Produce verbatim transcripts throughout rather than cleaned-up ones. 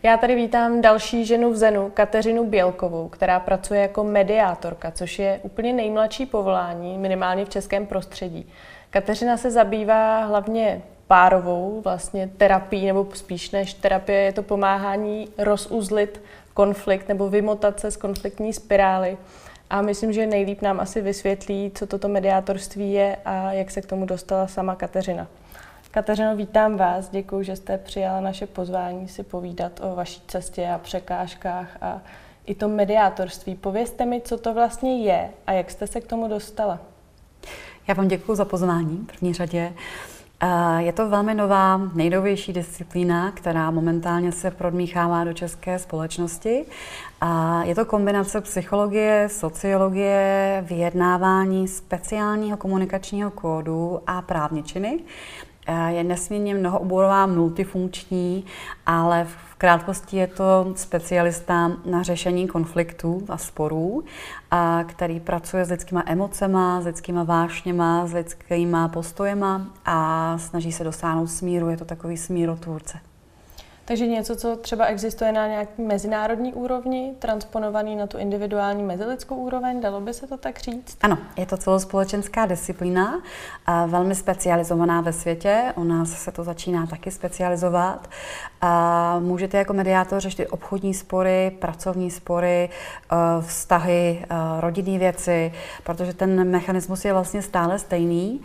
Já tady vítám další ženu v Zenu, Kateřinu Bělkovou, která pracuje jako mediátorka, což je úplně nejmladší povolání, minimálně v českém prostředí. Kateřina se zabývá hlavně párovou vlastně terapií, nebo spíš než terapie, je to pomáhání rozuzlit konflikt nebo vymotat se z konfliktní spirály. A myslím, že nejlíp nám asi vysvětlí, co toto mediátorství je a jak se k tomu dostala sama Kateřina. Kateřino, vítám vás, děkuji, že jste přijala naše pozvání si povídat o vaší cestě a překážkách a i tom mediátorství. Povězte mi, co to vlastně je a jak jste se k tomu dostala. Já vám děkuji za pozvání v první řadě. Je to velmi nová, nejnovější disciplína, která momentálně se prodmíchává do české společnosti. Je to kombinace psychologie, sociologie, vyjednávání, speciálního komunikačního kódu a právničiny. Je nesmírně mnohooborová, multifunkční, ale v krátkosti je to specialista na řešení konfliktů a sporů, a který pracuje s lidskýma emocema, s lidskýma vášněma, s lidskýma postojema a snaží se dosáhnout smíru. Je to takový smírotvůrce. Takže něco, co třeba existuje na nějaké mezinárodní úrovni, transponovaný na tu individuální mezilidskou úroveň, dalo by se to tak říct? Ano, je to celospolečenská disciplína, velmi specializovaná ve světě. U nás se to začíná taky specializovat. Můžete jako mediátor řešit obchodní spory, pracovní spory, vztahy, rodinné věci, protože ten mechanismus je vlastně stále stejný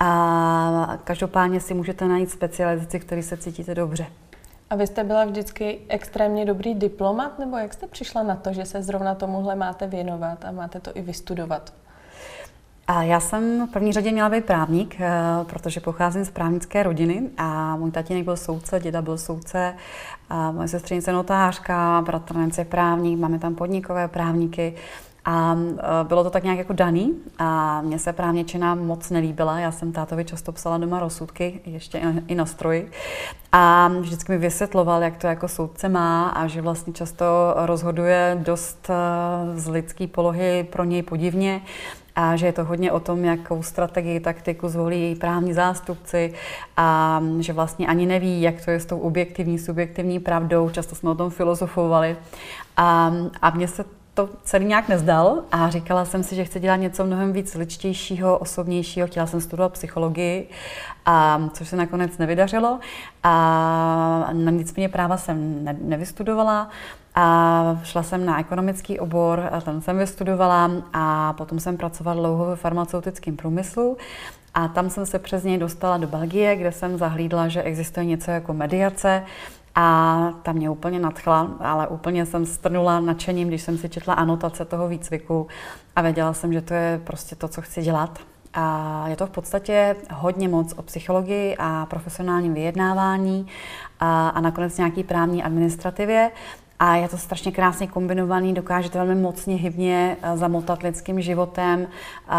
a každopádně si můžete najít specializaci, který se cítíte dobře. A vy jste byla vždycky extrémně dobrý diplomat, nebo jak jste přišla na to, že se zrovna tomuhle máte věnovat a máte to i vystudovat? A já jsem v první řadě měla být právník, protože pocházím z právnické rodiny a můj tatínek byl soudce, děda byl soudce, a moje sestřenice notářka, bratranec je právník, máme tam podnikové právníky. A bylo to tak nějak jako daný a mně se právničina moc nelíbila. Já jsem tátovi často psala doma rozsudky, ještě i na stroji. A vždycky mi vysvětloval, jak to jako soudce má a že vlastně často rozhoduje dost z lidské polohy pro něj podivně. A že je to hodně o tom, jakou strategii, taktiku zvolí právní zástupci a že vlastně ani neví, jak to je s tou objektivní, subjektivní pravdou. Často jsme o tom filozofovali. A, a mně se to celý nějak nezdal a říkala jsem si, že chci dělat něco mnohem víc ličtějšího, osobnějšího. Chtěla jsem studovat psychologii, a, což se nakonec nevydařilo. A nicméně práva jsem ne, nevystudovala a šla jsem na ekonomický obor, a ten jsem vystudovala a potom jsem pracovala dlouho ve farmaceutickém průmyslu. A tam jsem se přes něj dostala do Belgie, kde jsem zahlídla, že existuje něco jako mediace. A ta mě úplně nadchla, ale úplně jsem strnula nadšením, když jsem si četla anotace toho výcviku a věděla jsem, že to je prostě to, co chci dělat. A je to v podstatě hodně moc o psychologii a profesionálním vyjednávání a, a nakonec nějaký právní administrativě. A je to strašně krásně kombinovaný, dokážete velmi mocně hybně zamotat lidským životem,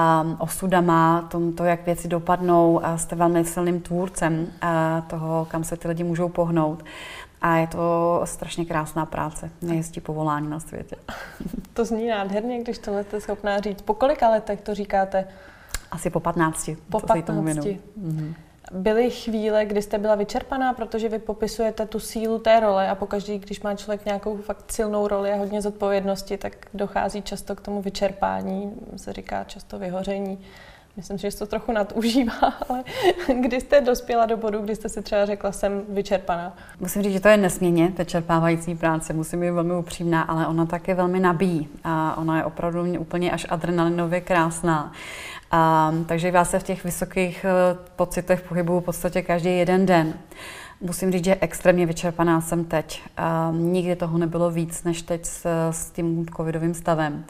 osudama, tom, to, jak věci dopadnou. Jste velmi silným tvůrcem toho, kam se ty lidi můžou pohnout. A je to strašně krásná práce, nejhezčí povolání na světě. To zní nádherně, když tohle jste schopná říct. Po kolika letech to říkáte? Asi po patnácti. Po patnácti. Mhm. Byly chvíle, kdy jste byla vyčerpaná, protože vy popisujete tu sílu té role a pokaždý, když má člověk nějakou fakt silnou roli a hodně zodpovědnosti, tak dochází často k tomu vyčerpání, se říká často vyhoření. Myslím, že se to trochu nadužívá, ale kdy jste dospěla do bodu, kdy jste si třeba řekla, jsem vyčerpaná? Musím říct, že to je nesmírně vyčerpávající práce, musím být velmi upřímná, ale ona také velmi nabíjí a ona je opravdu úplně až adrenalinově krásná. A, takže já se v těch vysokých pocitech pohybuju v podstatě každý jeden den. Musím říct, že extrémně vyčerpaná jsem teď. A nikdy toho nebylo víc, než teď s, s tím covidovým stavem.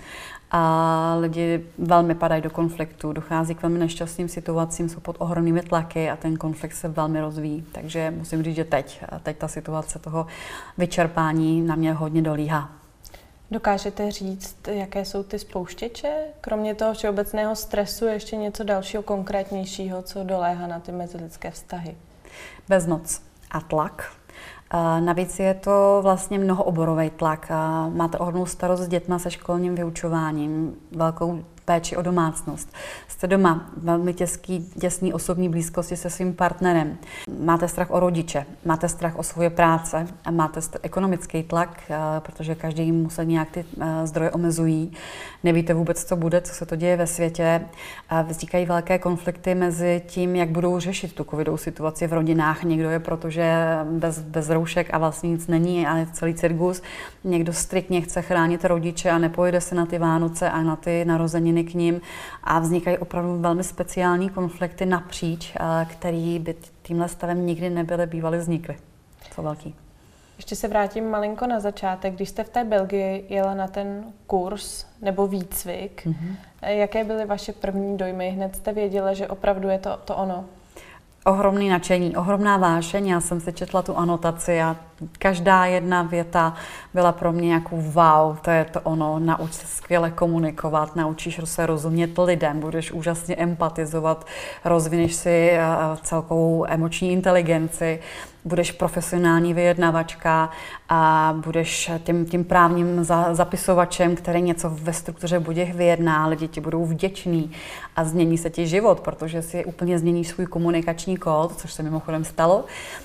A lidi velmi padají do konfliktu, dochází k velmi nešťastným situacím, jsou pod ohromnými tlaky a ten konflikt se velmi rozvíjí. Takže musím říct, že teď, teď ta situace toho vyčerpání na mě hodně dolíhá. Dokážete říct, jaké jsou ty spouštěče? Kromě toho všeobecného stresu ještě něco dalšího konkrétnějšího, co doléhá na ty mezilidské vztahy? Bezmoc a tlak. Navíc je to vlastně mnohooborový tlak. Máte ohromnou starost s dětma se školním vyučováním, velkou péči o domácnost. Jste doma velmi těžký, těsný osobní blízkosti se svým partnerem. Máte strach o rodiče, máte strach o svoje práce, máte ekonomický tlak, protože každý musí nějak ty zdroje omezují. Nevíte vůbec, co bude, co se to děje ve světě. Vznikají velké konflikty mezi tím, jak budou řešit tu covidovou situaci v rodinách. Někdo je proto, že bez, bez roušek a vlastně nic není, ale celý cirkus. Někdo striktně chce chránit rodiče a nepojede se na ty Vánoce a na ty narozeniny k nim. A vznikají opravdu velmi speciální konflikty napříč, který by tímhle stavem nikdy nebyly bývaly vznikly. Co velký. Ještě se vrátím malinko na začátek. Když jste v té Belgii jela na ten kurz nebo výcvik, mm-hmm. jaké byly vaše první dojmy? Hned jste věděla, že opravdu je to, to ono? Ohromný nadšení, ohromná vášeň. Já jsem si četla tu anotaci a každá jedna věta byla pro mě jako wow, to je to ono, nauč se skvěle komunikovat, naučíš se rozumět lidem, budeš úžasně empatizovat, rozvineš si celkovou emoční inteligenci, budeš profesionální vyjednavačka a budeš tím, tím právním za, zapisovačem, který něco ve struktuře budeš vyjedná, lidi ti budou vděční a změní se ti život, protože si úplně změníš svůj komunikační kód, což se mimochodem stalo.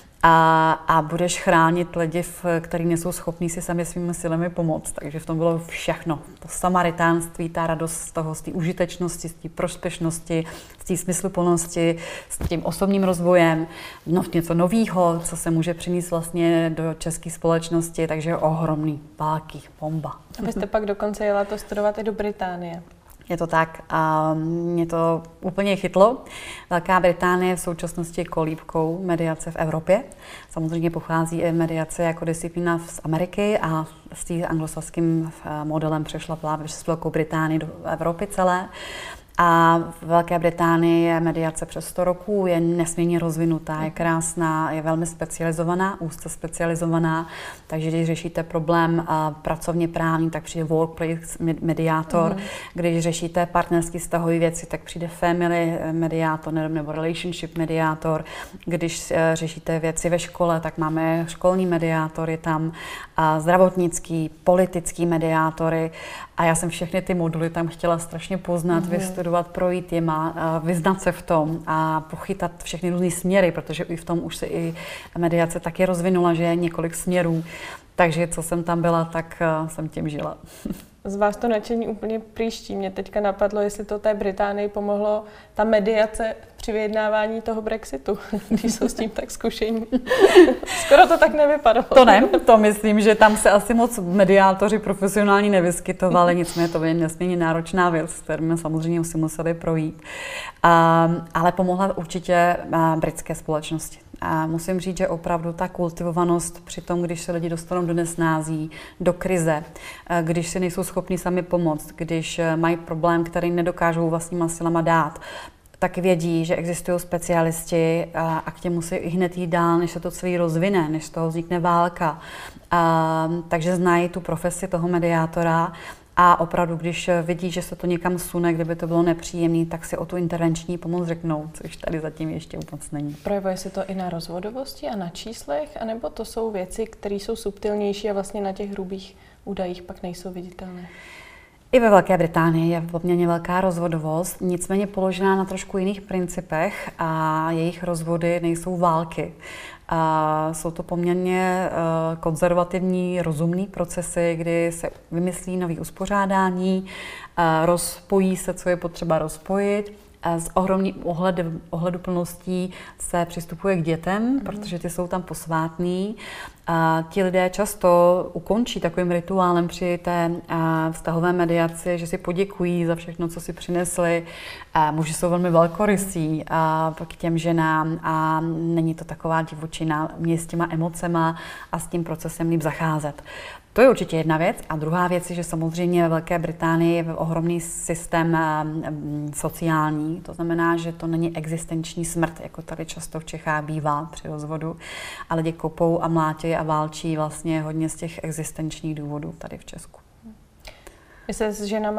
A, a budeš chránit lidi, kteří nejsou schopní si sami svými silami pomoct. Takže v tom bylo všechno. To samaritánství, ta radost z toho, z té užitečnosti, z té prospěšnosti, z té smysluplnosti, s tím osobním rozvojem, no, něco nového, co se může přinést vlastně do české společnosti, takže ohromný, velký, bomba. A vy jste pak dokonce jela to studovat i do Británie. Je to tak a mě to úplně chytlo. Velká Británie je v současnosti kolíbkou mediace v Evropě. Samozřejmě pochází i mediace jako disciplína z Ameriky a s tím anglosaským modelem přešla právě přes Velkou Británii do Evropy celé. A v Velké Británii je mediace přes sto roků, je nesmírně rozvinutá, je krásná, je velmi specializovaná, úzce specializovaná, takže když řešíte problém pracovně právní, tak přijde workplace mediátor, mm. když řešíte partnerský vztahový věci, tak přijde family mediátor nebo relationship mediátor, když řešíte věci ve škole, tak máme školní mediátor, je tam zdravotnický, politický mediátory a já jsem všechny ty moduly tam chtěla strašně poznat, mm. vystudovat, projít jima, vyznat se v tom a pochytat všechny různé směry, protože i v tom už se i mediace taky rozvinula, že je několik směrů. Takže co jsem tam byla, tak jsem tím žila. Z vás to nadšení úplně příští. Mě teďka napadlo, jestli to té Británii pomohlo ta mediace při vyjednávání toho Brexitu, když jsou s tím tak zkušení. Skoro to tak nevypadalo. To ne, to myslím, že tam se asi moc mediátoři profesionální nevyskytovali, nicméně to je nesmírně náročná věc, s kterými samozřejmě si museli projít. A, ale pomohla určitě britské společnosti. A musím říct, že opravdu ta kultivovanost při tom, když se lidi dostanou do nesnází, do krize, když si nejsou schopni sami pomoct, když mají problém, který nedokážou vlastníma silama dát, tak vědí, že existují specialisti a, a k těm musí i hned jít dál, než se to celý rozvine, než z toho vznikne válka. A, takže znají tu profesi toho mediátora. A opravdu, když vidí, že se to někam sune, kdyby to bylo nepříjemné, tak si o tu intervenční pomoc řeknou, což tady zatím ještě úplně není. Projevuje se to i na rozvodovosti a na číslech, anebo to jsou věci, které jsou subtilnější a vlastně na těch hrubých údajích pak nejsou viditelné? I ve Velké Británii je poměrně velká rozvodovost, nicméně položená na trošku jiných principech a jejich rozvody nejsou války. A jsou to poměrně konzervativní, rozumný procesy, kdy se vymyslí nový uspořádání, rozpojí se, co je potřeba rozpojit. S ohromným ohledem, ohleduplností se přistupuje k dětem, mm. protože ty jsou tam posvátný. A ti lidé často ukončí takovým rituálem při té a, vztahové mediaci, že si poděkují za všechno, co si přinesli. A muži jsou velmi velkorysí a k těm ženám a není to taková divočina, mě s těma emocema a s tím procesem líp zacházet. To je určitě jedna věc. A druhá věc je, že samozřejmě ve Velké Británii je ohromný systém sociální. To znamená, že to není existenční smrt, jako tady často v Čechách bývá při rozvodu. Ale lidi kopou a mlátí a válčí vlastně hodně z těch existenčních důvodů tady v Česku. Vy se s ženama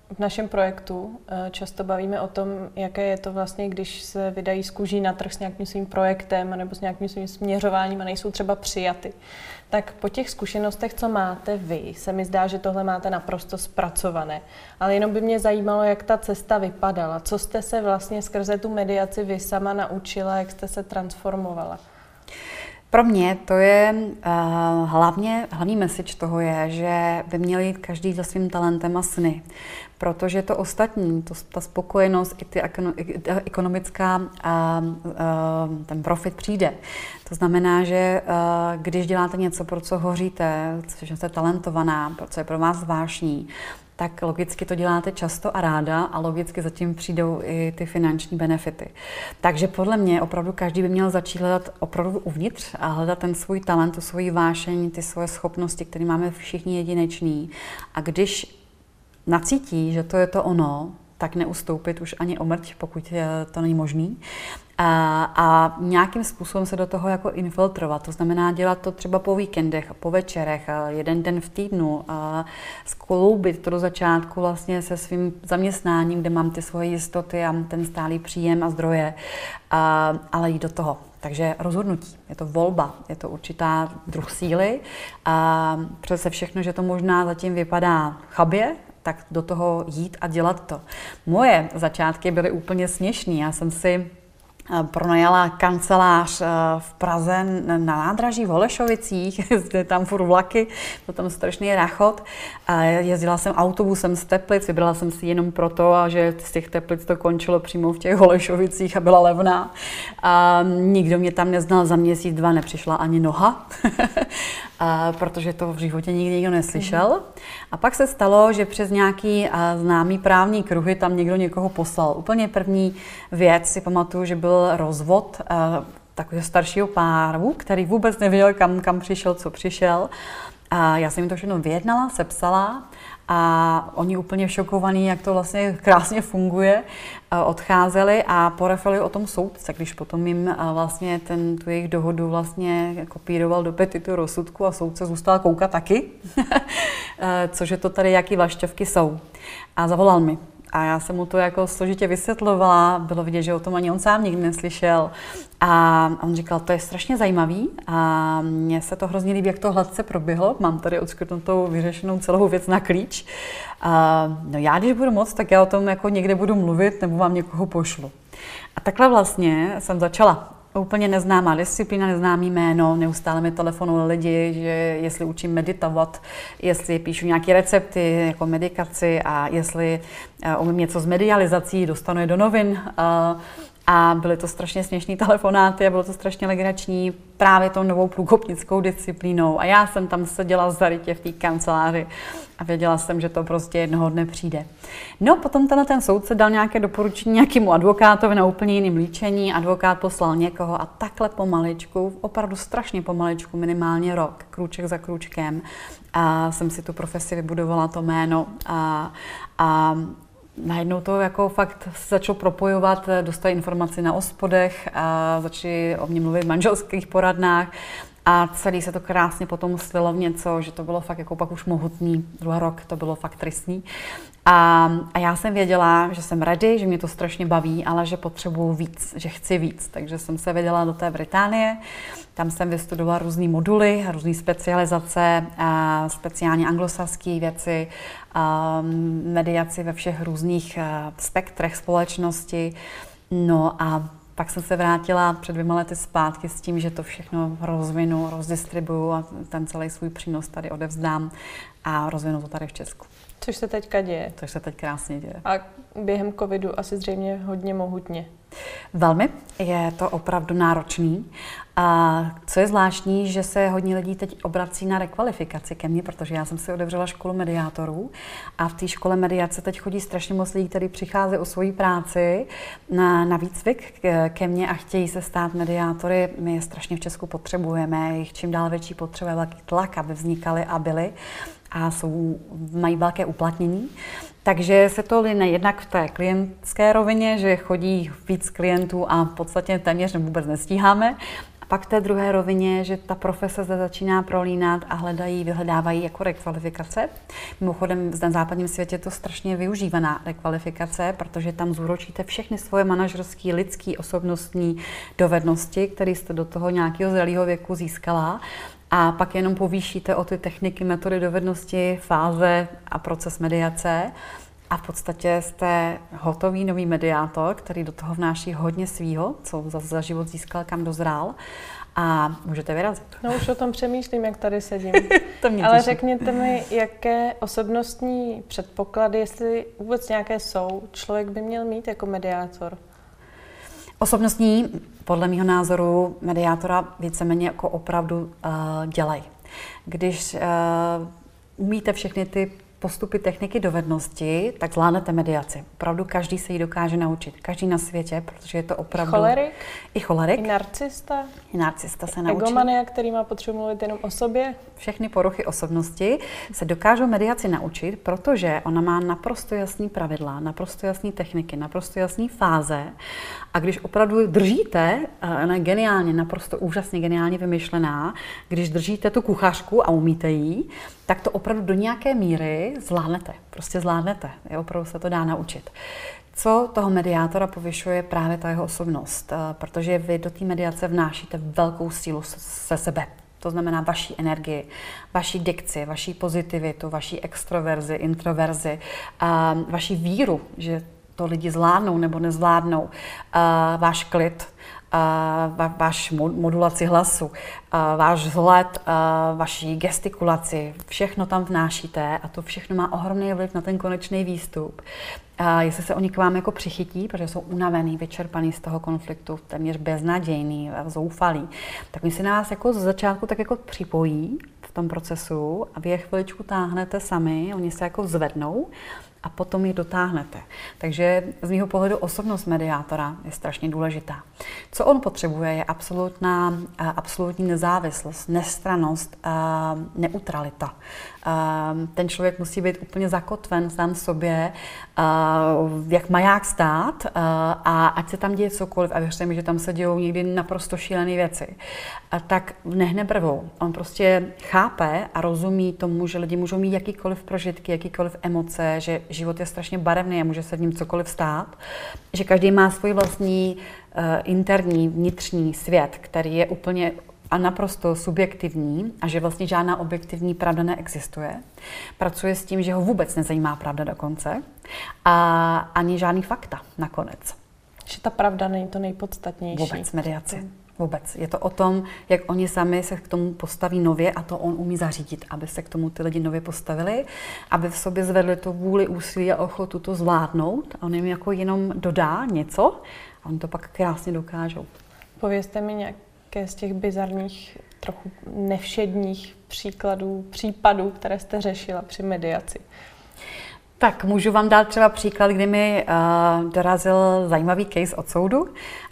v našem projektu často bavíme o tom, jaké je to vlastně, když se vydají z kůží na trh s nějakým svým projektem nebo s nějakým svým směřováním a nejsou třeba přijaty. Tak po těch zkušenostech, co máte vy, se mi zdá, že tohle máte naprosto zpracované. Ale jenom by mě zajímalo, jak ta cesta vypadala. Co jste se vlastně skrze tu mediaci vy sama naučila, jak jste se transformovala? Pro mě to je uh, hlavně, hlavní message toho je, že by měl jít každý za svým talentem a sny. Protože to ostatní, to, ta spokojenost i ty ekonomická, uh, uh, ten profit přijde. To znamená, že uh, když děláte něco, pro co hoříte, což jste talentovaná, pro co je pro vás vášní, tak logicky to děláte často a ráda a logicky zatím přijdou i ty finanční benefity. Takže podle mě opravdu každý by měl začít hledat opravdu uvnitř a hledat ten svůj talent, tu svoji vášeň, ty svoje schopnosti, které máme všichni jedinečný. A když nacítí, že to je to ono, tak neustoupit už ani o mrť, pokud to není možný. A, a nějakým způsobem se do toho jako infiltrovat. To znamená dělat to třeba po víkendech, po večerech, jeden den v týdnu, a skloubit to do začátku vlastně se svým zaměstnáním, kde mám ty svoje jistoty a ten stálý příjem a zdroje, a, ale jít do toho. Takže rozhodnutí, je to volba, je to určitá druh síly a přece všechno, že to možná zatím vypadá chabě, tak do toho jít a dělat to. Moje začátky byly úplně směšný. Já jsem si pronajala kancelář v Praze na nádraží v Holešovicích, zde tam furt vlaky, byl tam strašný rachot. Jezdila jsem autobusem z Teplic, vybrala jsem si jenom proto, že z těch Teplic to končilo přímo v těch Holešovicích a byla levná. A nikdo mě tam neznal, za měsíc, dva nepřišla ani noha, a protože to v životě nikdy nikdo neslyšel. A pak se stalo, že přes nějaký známý právní kruhy tam někdo někoho poslal. Úplně první věc si pamatuju, že byl rozvod uh, takového staršího páru, který vůbec nevěděl, kam, kam přišel, co přišel. A já jsem jim to všechno vyjednala, sepsala a oni úplně šokovaní, jak to vlastně krásně funguje, uh, odcházeli a porefili o tom soudce, když potom jim uh, vlastně ten, tu jejich dohodu vlastně kopíroval do petitu rozsudku a soudce zůstal koukat taky, uh, cože to tady, jaký vlašťovky jsou. A zavolal mi. A já jsem mu to jako složitě vysvětlovala, bylo vidět, že o tom ani on sám nikdy neslyšel. A on říkal, to je strašně zajímavý a mně se to hrozně líbí, jak to hladce proběhlo. Mám tady odškrtnutou vyřešenou celou věc na klíč. A no já, když budu moc, tak já o tom jako někde budu mluvit nebo vám někoho pošlu. A takhle vlastně jsem začala. Úplně neznámá disciplína, neznámý jméno, neustále mi telefonují lidi, že jestli učím meditovat, jestli píšu nějaké recepty jako medikaci a jestli umím něco s medializací, dostanu je do novin. A byly to strašně směšný telefonáty a bylo to strašně legrační právě tou novou průkopnickou disciplínou. A já jsem tam seděla zarytě v té kanceláři a věděla jsem, že to prostě jednoho dne přijde. No, potom tenhle ten soudce dal nějaké doporučení nějakému advokátovi na úplně jiném líčení. Advokát poslal někoho a takhle pomaličku, opravdu strašně pomaličku, minimálně rok, krůček za krůčkem. A jsem si tu profesi vybudovala, to jméno a, a najednou to jako fakt začalo propojovat, dostali informaci na ospodech a začali o mě mluvit v manželských poradnách a celý se to krásně potom slilo v něco, že to bylo fakt jako pak už mohutný, druhý rok to bylo fakt tristní. A, a já jsem věděla, že jsem ready, že mě to strašně baví, ale že potřebuju víc, že chci víc. Takže jsem se vydala do té Británie, tam jsem vystudovala různé moduly, různé specializace, a speciálně anglosaské věci, a mediaci ve všech různých spektrech společnosti. No a pak jsem se vrátila před dvěma lety zpátky s tím, že to všechno rozvinu, rozdistribuju a ten celý svůj přínos tady odevzdám a rozvinu to tady v Česku. Což se teďka děje. Což se teď krásně děje. A během covidu asi zřejmě hodně mohutně. Velmi. Je to opravdu náročný. A co je zvláštní, že se hodně lidí teď obrací na rekvalifikaci ke mně, protože já jsem si otevřela školu mediátorů a v té škole mediace teď chodí strašně moc lidí, kteří přicházejí o svoji práci na, na výcvik ke mně a chtějí se stát mediátory. My je strašně v Česku potřebujeme, jich čím dál větší potřeba, velký tlak, aby vznikaly a byly a jsou, mají velké uplatnění. Takže se to line jednak v té klientské rovině, že chodí víc klientů a v podstatě téměř vůbec nestíháme. pak v té druhé rovině, že ta profese se začíná prolínat a hledají, vyhledávají jako rekvalifikace. Mimochodem v západním světě je to strašně využívaná rekvalifikace, protože tam zúročíte všechny svoje manažerské, lidské, osobnostní dovednosti, které jste do toho nějakého zralého věku získala. A pak jenom povýšíte o ty techniky, metody, dovednosti, fáze a proces mediace. A v podstatě jste hotový nový mediátor, který do toho vnáší hodně svýho, co za, za život získal, kam dozrál. A můžete vyrazit. No už o tom přemýšlím, jak tady sedím. To mě Ale těší. řekněte mi, jaké osobnostní předpoklady, jestli vůbec nějaké jsou, člověk by měl mít jako mediátor? Osobnostní, podle mého názoru, mediátora víceméně jako opravdu uh, dělají. Když uh, umíte všechny ty postupy, techniky, dovednosti, tak zvládnete mediaci. Opravdu každý se jí dokáže naučit. Každý na světě, protože je to opravdu... Cholerik? I cholerik. I narcista? I narcista se naučí. Egomania, který má potřebu mluvit jenom o sobě? Všechny poruchy osobnosti se dokážou mediaci naučit, protože ona má naprosto jasný pravidla, naprosto jasný techniky, naprosto jasný fáze. A když opravdu držíte, ona je geniálně, naprosto úžasně geniálně vymyšlená, když držíte tu kuchařku a umíte jí, tak to opravdu do nějaké míry zvládnete. Prostě zvládnete. Je, opravdu se to dá naučit. Co toho mediátora povyšuje právě ta jeho osobnost, protože vy do té mediace vnášíte velkou sílu se sebe. To znamená vaší energii, vaší dikci, vaší pozitivitu, vaší extroverzi, introverzi, vaší víru, že to lidi zvládnou nebo nezvládnou, váš klid, váš modulaci hlasu, váš vzhled, vaší gestikulaci, všechno tam vnášíte a to všechno má ohromný vliv na ten konečný výstup. Jestli se oni k vám jako přichytí, protože jsou unavený, vyčerpaný z toho konfliktu, téměř beznadějný, zoufalý, tak my si nás jako z začátku tak jako připojí v tom procesu a vy je chviličku táhnete sami, oni se jako zvednou a potom ji dotáhnete. Takže z mého pohledu osobnost mediátora je strašně důležitá. Co on potřebuje, je absolutná, absolutní nezávislost, nestrannost, neutralita. Ten člověk musí být úplně zakotven sám sobě, jak maják stát a ať se tam děje cokoliv, a věřte mi, že tam se dějou někdy naprosto šílené věci, tak nehne brvou. On prostě chápe a rozumí tomu, že lidi můžou mít jakýkoliv prožitky, jakýkoliv emoce, že život je strašně barevný a může se v něm cokoliv stát, že každý má svůj vlastní uh, interní, vnitřní svět, který je úplně a naprosto subjektivní a že vlastně žádná objektivní pravda neexistuje. Pracuje s tím, že ho vůbec nezajímá pravda dokonce a ani žádný fakta nakonec. Že ta pravda není to nejpodstatnější. Vůbec mediaci. Vůbec. Je to o tom, jak oni sami se k tomu postaví nově a to on umí zařídit, aby se k tomu ty lidi nově postavili, aby v sobě zvedli tu vůli, úsilí a ochotu to zvládnout a on jim jako jenom dodá něco a oni to pak krásně dokážou. Povězte mi nějaké z těch bizarních, trochu nevšedních příkladů, případů, které jste řešila při mediaci. Tak můžu vám dát třeba příklad, kdy mi uh, dorazil zajímavý case od soudu, uh,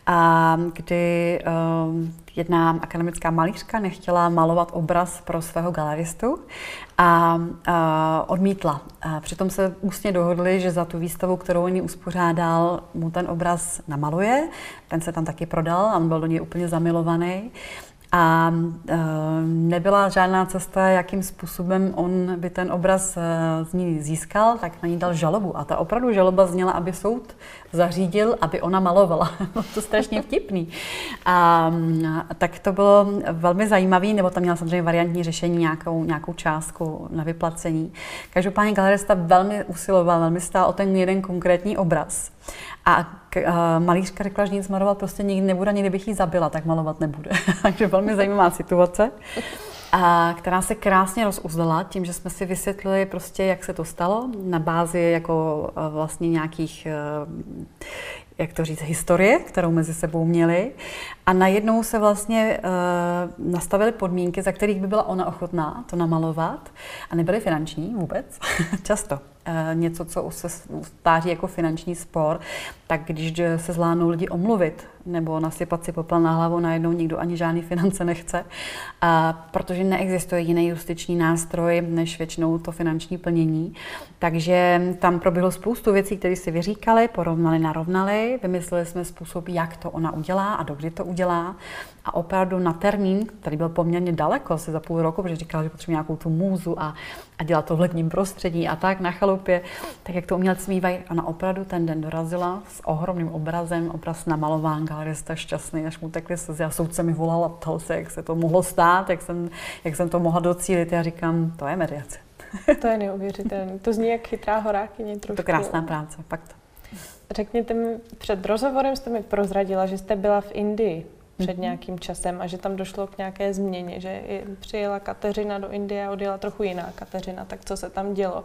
kdy uh, jedna akademická malířka nechtěla malovat obraz pro svého galeristu a uh, odmítla. Uh, přitom se ústně dohodli, že za tu výstavu, kterou on jí uspořádal, mu ten obraz namaluje. Ten se tam taky prodal a on byl do něj úplně zamilovaný. A e, nebyla žádná cesta, jakým způsobem on by ten obraz e, z ní získal, tak na ní dal žalobu. A ta opravdu žaloba zněla, aby soud zařídil, aby ona malovala. To strašně vtipný. A, tak to bylo velmi zajímavé, nebo tam měla samozřejmě variantní řešení, nějakou, nějakou částku na vyplacení. Každopádně galerista velmi usiloval, velmi stál o ten jeden konkrétní obraz. A k, a malířka řekla, že nic malovat prostě nikdy nebude, ani kdybych ji zabila, tak malovat nebude. Takže velmi zajímavá situace, a která se krásně rozuzdala tím, že jsme si vysvětlili prostě, jak se to stalo na bázi jako vlastně nějakých, jak to říct, historie, kterou mezi sebou měli. A najednou se vlastně uh, nastavily podmínky, za kterých by byla ona ochotná to namalovat. A nebyly finanční vůbec, často. něco, co se stáří jako finanční spor, tak když se zvládnou lidi omluvit nebo nasypat si popel na hlavu, najednou nikdo ani žádný finance nechce, a protože neexistuje jiný justiční nástroj než většinou to finanční plnění. Takže tam proběhlo spoustu věcí, které si vyříkali, porovnali, narovnali, vymysleli jsme způsob, jak to ona udělá a dokdy to udělá. A opravdu na termín, který byl poměrně daleko, asi za půl roku, protože říkala, že potřebuje nějakou tu můzu a, a dělat to v letním prostředí a tak na chalupě, tak jak to umělci mývají. Ona opravdu ten den dorazila s ohromným obrazem, obraz namalován, galerista šťastný, až mu tekly slzy a soudce mi volal a ptal se, jak se to mohlo stát, jak jsem, jak jsem to mohla docílit. Já říkám, to je mediace. To je neuvěřitelné. To zní jak chytrá horákyně trošku. To krásná práce, fakt. Řekněte mi, před rozhovorem jste mi prozradila, že jste byla v Indii před nějakým časem a že tam došlo k nějaké změně, že přijela Kateřina do Indie a odjela trochu jiná Kateřina. Tak co se tam dělo?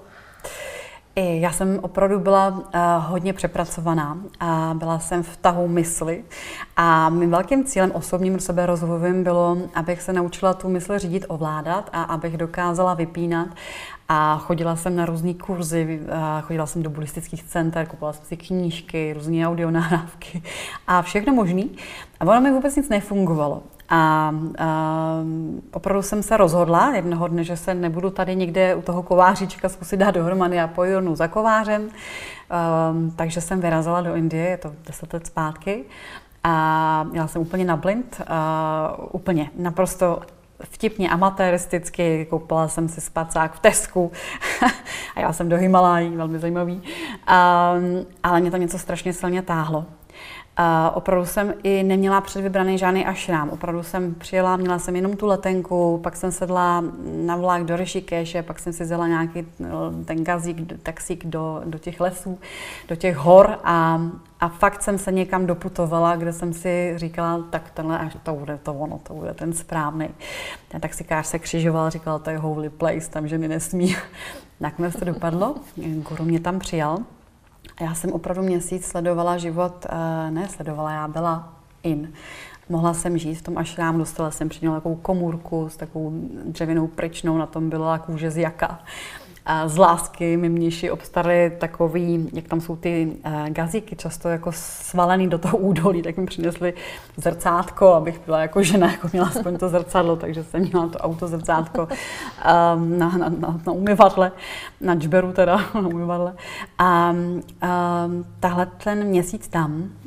Já jsem opravdu byla uh, hodně přepracovaná a byla jsem v tahu mysli a mým velkým cílem osobním seberozvojovým bylo, abych se naučila tu mysl řídit, ovládat a abych dokázala vypínat. A chodila jsem na různé kurzy, chodila jsem do buddhistických center, kupovala jsem si knížky, různé audionahrávky a všechno možný. A ono mi vůbec nic nefungovalo. A, a opravdu jsem se rozhodla jednoho dne, že se nebudu tady někde u toho kováříčka zkusit dát dohromady a pojdu za kovářem. Um, takže jsem vyrazila do Indie, je to deset let zpátky. A měla jsem úplně na blind, uh, úplně naprosto vtipně, amatéristicky, koupila jsem si spacák v Tesku a jela jsem do Himalají, velmi zajímavý. Um, ale mě to něco strašně silně táhlo. Uh, opravdu jsem i neměla předvybraný žádný ašrám. Opravdu jsem přijela, měla jsem jenom tu letenku, pak jsem sedla na vlak do Rishikeše, pak jsem si vzala nějaký ten gazík, taxík do, do těch lesů, do těch hor a, a fakt jsem se někam doputovala, kde jsem si říkala, tak tenhle, až to bude to ono, to bude ten správný. Ten taxikář se křižoval, říkal, to je holy place, tam ženy nesmí. Nakonec to dopadlo, guru mě tam přijal. A já jsem opravdu měsíc sledovala život, ne sledovala, já byla in. Mohla jsem žít v tom ašrámu, dostala jsem před něm takovou komůrku s takovou dřevěnou pryčnou, na tom byla kůže z jaka. A z lásky mi mniši obstarali takový, jak tam jsou ty gazíky, často jako svalený do toho údolí, tak mi přinesli zrcátko, abych byla jako žena, jako měla aspoň to zrcadlo, takže jsem měla to auto zrcátko um, na, na, na, na umyvadle, na džberu teda, na umyvadle. A um, tahle ten měsíc tam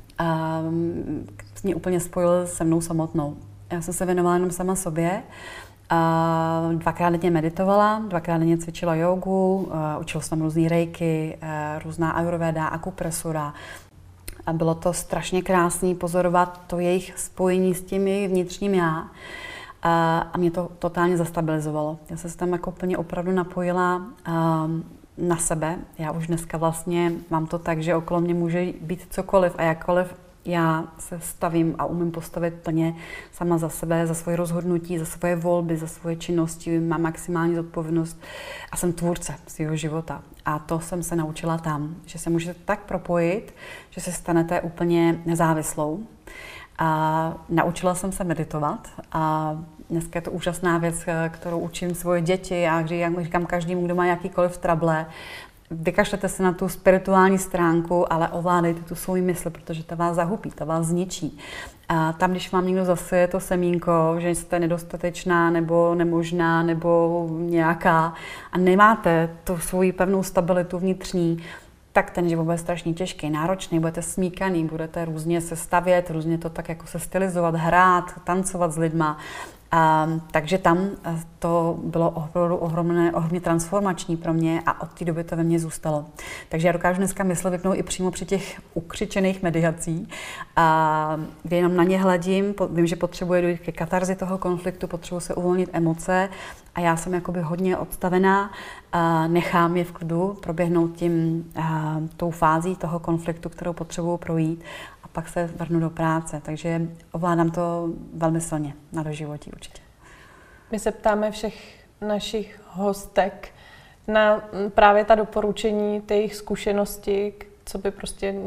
um, mě úplně spojil se mnou samotnou. Já jsem se věnovala jenom sama sobě. Uh, dvakrát denně meditovala, dvakrát denně cvičila jogu, uh, učila jsem různý rejky, uh, různá ayurveda, akupresura. A bylo to strašně krásné pozorovat to jejich spojení s tím jejich vnitřním já. Uh, a mě to totálně zastabilizovalo. Já jsem se tam jako plně opravdu napojila uh, na sebe. Já už dneska vlastně mám to tak, že okolo mě může být cokoliv a jakkoliv já se stavím a umím postavit plně sama za sebe, za svoje rozhodnutí, za svoje volby, za svoje činnosti, mám maximální zodpovědnost a jsem tvůrce svého života. A to jsem se naučila tam, že se můžete tak propojit, že se stanete úplně nezávislou. A naučila jsem se meditovat a dneska je to úžasná věc, kterou učím svoje děti a říkám každému, kdo má jakýkoliv trable, vykašlete se na tu spirituální stránku, ale ovládejte tu svou mysl, protože ta vás zahubí, ta vás zničí. A tam, když vám někdo zaseje to semínko, že jste nedostatečná nebo nemožná nebo nějaká a nemáte tu svoji pevnou stabilitu vnitřní, tak ten život bude strašně těžký, náročný, budete smíkaný, budete různě se stavět, různě to tak jako se stylizovat, hrát, tancovat s lidma. A, takže tam to bylo opravdu ohromné, ohromně transformační pro mě a od té doby to ve mně zůstalo. Takže já dokážu dneska mysl vypnout i přímo při těch ukřičených mediací, a, kde jenom na ně hledím, vím, že potřebuje dojít ke katarzi toho konfliktu, potřebuji se uvolnit emoce a já jsem jakoby hodně odstavená, a nechám je v klidu proběhnout tím, a, tou fází toho konfliktu, kterou potřebuji projít. Pak se vrhnu do práce, takže ovládám to velmi silně na doživotí určitě. My se ptáme všech našich hostek na právě ta doporučení, ty jejich zkušenosti, co by prostě nějak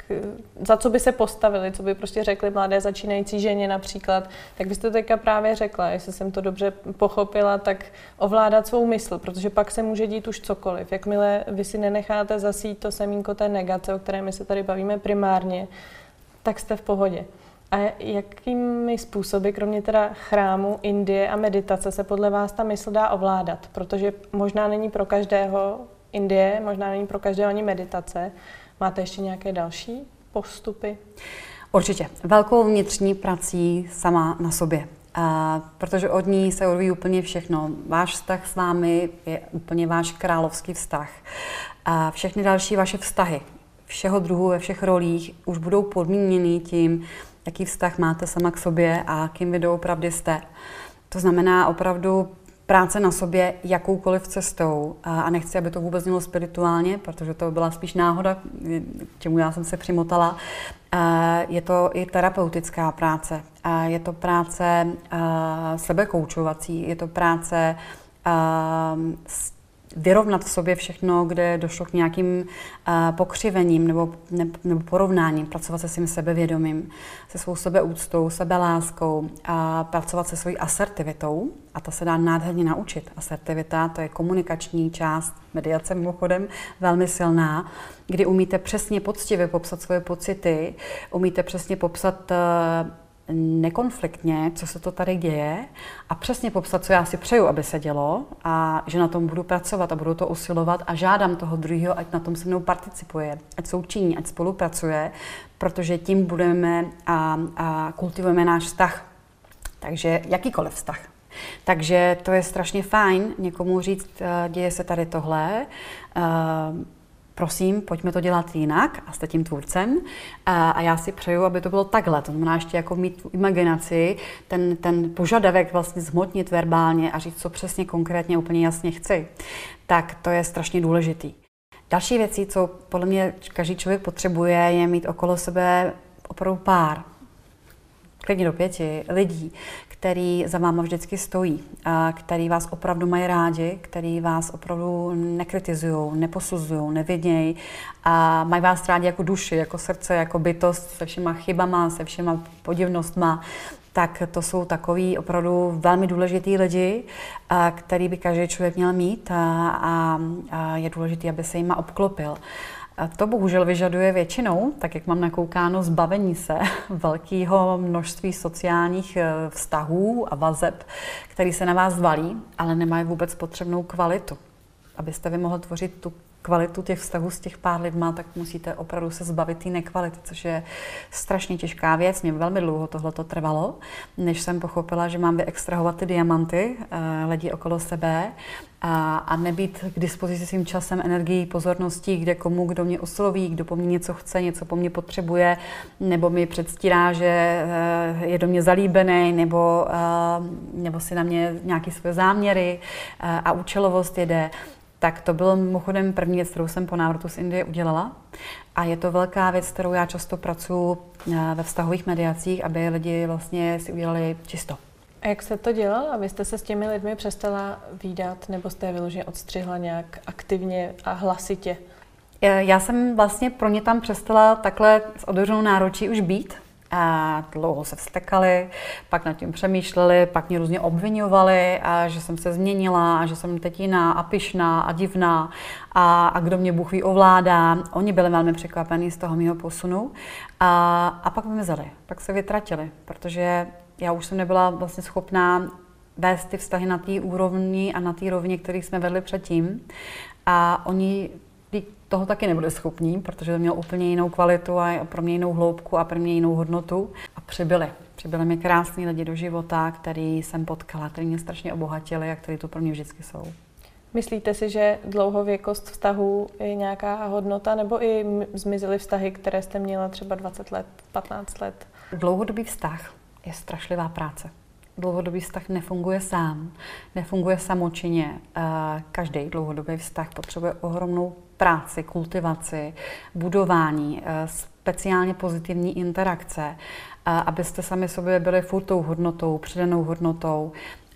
za co by se postavili, co by prostě řekli mladé začínající ženě například, tak byste teďka právě řekla, jestli jsem to dobře pochopila, tak ovládat svou mysl, protože pak se může dít už cokoliv. Jakmile vy si nenecháte zasít to semínko té negace, o které my se tady bavíme primárně, tak jste v pohodě. A jakými způsoby, kromě teda chrámu, Indie a meditace, se podle vás ta mysl dá ovládat? Protože možná není pro každého Indie, možná není pro každého ani meditace. Máte ještě nějaké další postupy? Určitě. Velkou vnitřní prací sama na sobě. A protože od ní se odvíjí úplně všechno. Váš vztah s vámi je úplně váš královský vztah. A všechny další vaše vztahy, všeho druhu, ve všech rolích, už budou podmíněny tím, jaký vztah máte sama k sobě a kým vy doopravdy jste. To znamená opravdu práce na sobě jakoukoliv cestou. A nechci, aby to vůbec mělo spirituálně, protože to byla spíš náhoda, k čemu já jsem se přimotala. Je to i terapeutická práce. Je to práce sebekoučovací, je to práce vyrovnat v sobě všechno, kde došlo k nějakým uh, pokřivením nebo, ne, nebo porovnáním, pracovat se svým sebevědomím, se svou sebeúctou, sebeláskou a pracovat se svojí asertivitou. A to se dá nádherně naučit. Asertivita, to je komunikační část mediace, mimochodem velmi silná, kdy umíte přesně poctivě popsat svoje pocity, umíte přesně popsat uh, nekonfliktně, co se to tady děje a přesně popsat, co já si přeju, aby se dělo a že na tom budu pracovat a budu to usilovat a žádám toho druhého, ať na tom se mnou participuje, ať součiní, ať spolupracuje, protože tím budeme a, a kultivujeme náš vztah. Takže jakýkoliv vztah. Takže to je strašně fajn někomu říct, děje se tady tohle, prosím, pojďme to dělat jinak a jste tím tvůrcem a, a já si přeju, aby to bylo takhle. To znamená ještě jako mít tu imaginaci, ten, ten požadavek vlastně zhmotnit verbálně a říct, co přesně konkrétně úplně jasně chci. Tak to je strašně důležitý. Další věcí, co podle mě každý člověk potřebuje, je mít okolo sebe opravdu pár, klidně do pěti lidí, který za váma vždycky stojí, který vás opravdu mají rádi, který vás opravdu nekritizují, neposuzují, nevidějí a mají vás rádi jako duši, jako srdce, jako bytost se všema chybama, se všema podivnostma. Tak to jsou takový opravdu velmi důležitý lidi, který by každý člověk měl mít a, a, a je důležité, aby se jima obklopil. A to bohužel vyžaduje většinou, tak jak mám nakoukáno, zbavení se velkého množství sociálních vztahů a vazeb, který se na vás valí, ale nemají vůbec potřebnou kvalitu. Abyste vy mohli tvořit tu kvalitu těch vztahů s těch pár lidma, tak musíte opravdu se zbavit té nekvality, což je strašně těžká věc. Mě velmi dlouho tohle to trvalo, než jsem pochopila, že mám vyextrahovat ty diamanty, lidi okolo sebe, a, a nebýt k dispozici svým časem, energií, pozorností, kde komu, kdo mě osloví, kdo po mně něco chce, něco po mně potřebuje, nebo mi předstírá, že je do mě zalíbený, nebo, nebo si na mě nějaké své záměry a účelovost jede. Tak to byl mimochodem první věc, kterou jsem po návratu z Indie udělala. A je to velká věc, kterou já často pracuji ve vztahových mediacích, aby lidi vlastně si udělali čisto. A jak jste to dělala? Vy jste se s těmi lidmi přestala vídat, nebo jste je vyloženě odstřihla nějak aktivně a hlasitě? Já jsem vlastně pro ně tam přestala takhle s otevřenou náručí už být. A dlouho se vztekali, pak nad tím přemýšleli, pak mě různě obviňovali, a že jsem se změnila, a že jsem teď jiná a pyšná a divná a, a kdo mě Bůh ví ovládá. Oni byli velmi překvapení z toho mého posunu a, a pak vymizeli, pak se vytratili, protože já už jsem nebyla vlastně schopná vést ty vztahy na té úrovni a na té rovině, kterých jsme vedli předtím. A oni toho taky nebyli schopní, protože to mělo úplně jinou kvalitu a pro mě jinou hloubku a pro mě jinou hodnotu. A přibyli. Přibyli mi krásní lidi do života, který jsem potkala, který mě strašně obohatili a který to pro mě vždycky jsou. Myslíte si, že dlouhověkost vztahů je nějaká hodnota, nebo i zmizely vztahy, které jste měla třeba dvacet let, patnáct let? Dlouhodobý vztah je strašlivá práce. Dlouhodobý vztah nefunguje sám, nefunguje samočinně. Každý dlouhodobý vztah potřebuje ohromnou práci, kultivaci, budování, speciálně pozitivní interakce, abyste sami sobě byli furt tou hodnotou, přidanou hodnotou.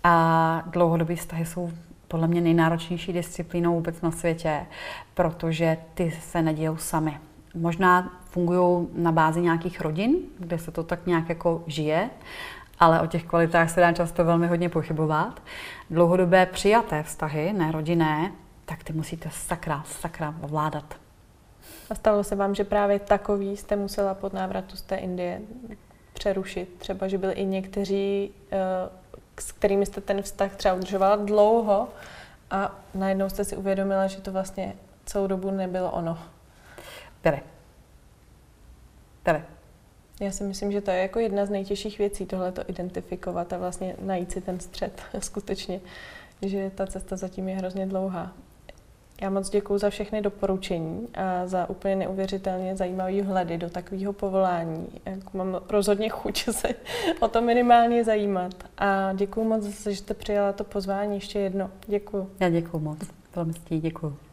A dlouhodobý vztahy jsou podle mě nejnáročnější disciplínou vůbec na světě, protože ty se nedějou sami. možná fungují na bázi nějakých rodin, kde se to tak nějak jako žije, ale o těch kvalitách se dá často velmi hodně pochybovat. Dlouhodobé přijaté vztahy, ne rodinné, tak ty musíte sakra, sakra ovládat. A stalo se vám, že právě takový jste musela po návratu z té Indie přerušit? Třeba, že byli i někteří, s kterými jste ten vztah třeba udržovala dlouho a najednou jste si uvědomila, že to vlastně celou dobu nebylo ono. Byli. Byli. Já si myslím, že to je jako jedna z nejtěžších věcí, tohleto identifikovat a vlastně najít si ten střed skutečně, že ta cesta zatím je hrozně dlouhá. Já moc děkuju za všechny doporučení a za úplně neuvěřitelně zajímavý vhledy do takového povolání. Mám rozhodně chuť se o to minimálně zajímat. A děkuju moc, že jste přijala to pozvání ještě jedno. Děkuju. Já děkuju moc. Velmi děkuju.